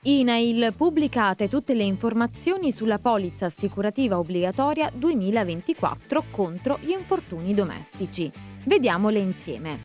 INAIL, pubblicate tutte le informazioni sulla polizza assicurativa obbligatoria 2024 contro gli infortuni domestici. Vediamole insieme.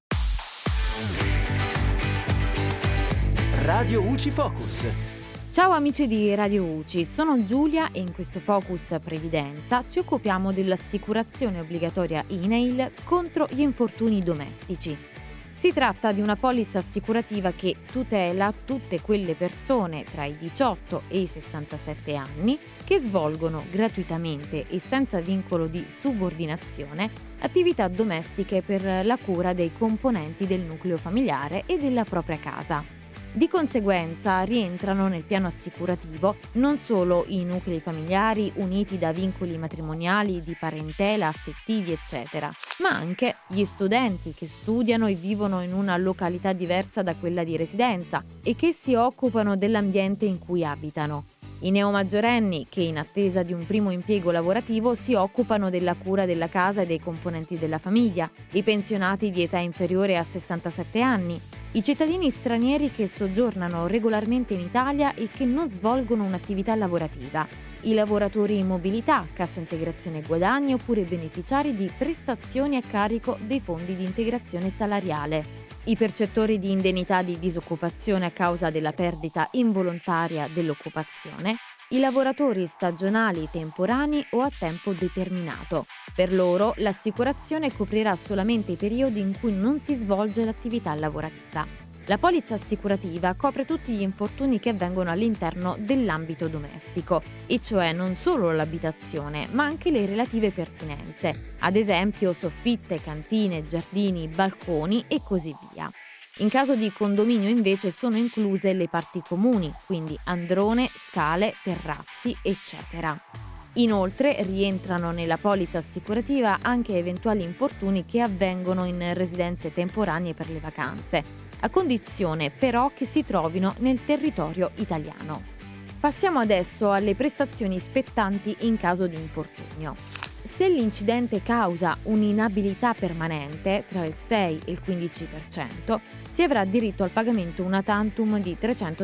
Radio UCI Focus. Ciao amici di Radio UCI, sono Giulia e in questo Focus Previdenza ci occupiamo dell'assicurazione obbligatoria INAIL contro gli infortuni domestici. Si tratta di una polizza assicurativa che tutela tutte quelle persone tra i 18 e i 67 anni che svolgono gratuitamente e senza vincolo di subordinazione attività domestiche per la cura dei componenti del nucleo familiare e della propria casa. Di conseguenza rientrano nel piano assicurativo non solo i nuclei familiari uniti da vincoli matrimoniali, di parentela, affettivi, eccetera, ma anche gli studenti che studiano e vivono in una località diversa da quella di residenza e che si occupano dell'ambiente in cui abitano. I neomaggiorenni che in attesa di un primo impiego lavorativo si occupano della cura della casa e dei componenti della famiglia, i pensionati di età inferiore a 67 anni, i cittadini stranieri che soggiornano regolarmente in Italia e che non svolgono un'attività lavorativa, i lavoratori in mobilità, cassa integrazione guadagni oppure beneficiari di prestazioni a carico dei fondi di integrazione salariale, i percettori di indennità di disoccupazione a causa della perdita involontaria dell'occupazione, i lavoratori stagionali temporanei o a tempo determinato. Per loro l'assicurazione coprirà solamente i periodi in cui non si svolge l'attività lavorativa. La polizza assicurativa copre tutti gli infortuni che avvengono all'interno dell'ambito domestico, e cioè non solo l'abitazione, ma anche le relative pertinenze, ad esempio soffitte, cantine, giardini, balconi e così via. In caso di condominio invece sono incluse le parti comuni, quindi androne, scale, terrazzi, eccetera. Inoltre rientrano nella polizza assicurativa anche eventuali infortuni che avvengono in residenze temporanee per le vacanze, a condizione però che si trovino nel territorio italiano. Passiamo adesso alle prestazioni spettanti in caso di infortunio. Se l'incidente causa un'inabilità permanente tra il 6 e il 15%, si avrà diritto al pagamento una tantum di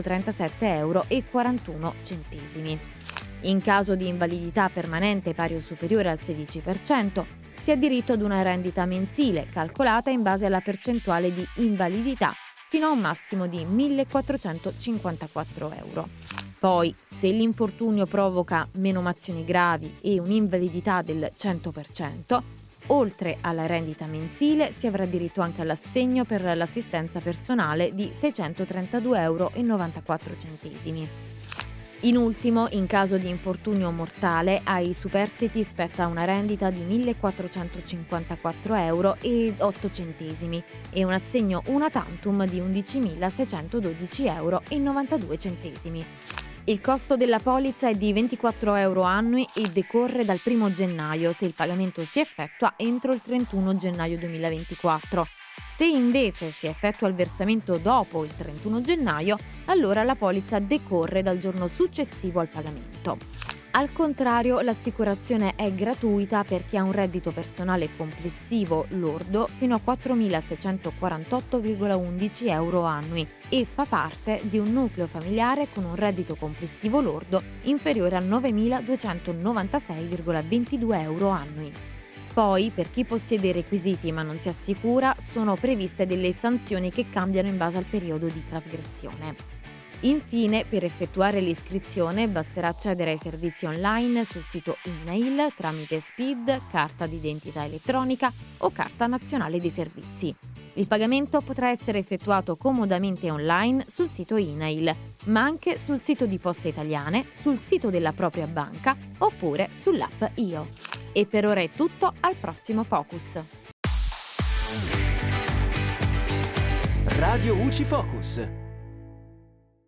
337,41 euro. In caso di invalidità permanente pari o superiore al 16%, si ha diritto ad una rendita mensile calcolata in base alla percentuale di invalidità fino a un massimo di 1.454 euro. Poi, se l'infortunio provoca menomazioni gravi e un'invalidità del 100%, oltre alla rendita mensile si avrà diritto anche all'assegno per l'assistenza personale di 632,94 euro. In ultimo, in caso di infortunio mortale, ai superstiti spetta una rendita di 1.454,08 euro e un assegno una tantum di 11.612,92 euro. Il costo della polizza è di 24 euro annui e decorre dal 1 gennaio se il pagamento si effettua entro il 31 gennaio 2024. Se invece si effettua il versamento dopo il 31 gennaio, allora la polizza decorre dal giorno successivo al pagamento. Al contrario, l'assicurazione è gratuita per chi ha un reddito personale complessivo lordo fino a 4.648,11 euro annui e fa parte di un nucleo familiare con un reddito complessivo lordo inferiore a 9.296,22 euro annui. Poi, per chi possiede i requisiti ma non si assicura, sono previste delle sanzioni che cambiano in base al periodo di trasgressione. Infine, per effettuare l'iscrizione basterà accedere ai servizi online sul sito INAIL tramite SPID, carta d'identità elettronica o carta nazionale dei servizi. Il pagamento potrà essere effettuato comodamente online sul sito INAIL, ma anche sul sito di Poste Italiane, sul sito della propria banca oppure sull'app IO. E per ora è tutto, al prossimo Focus. Radio UCI Focus.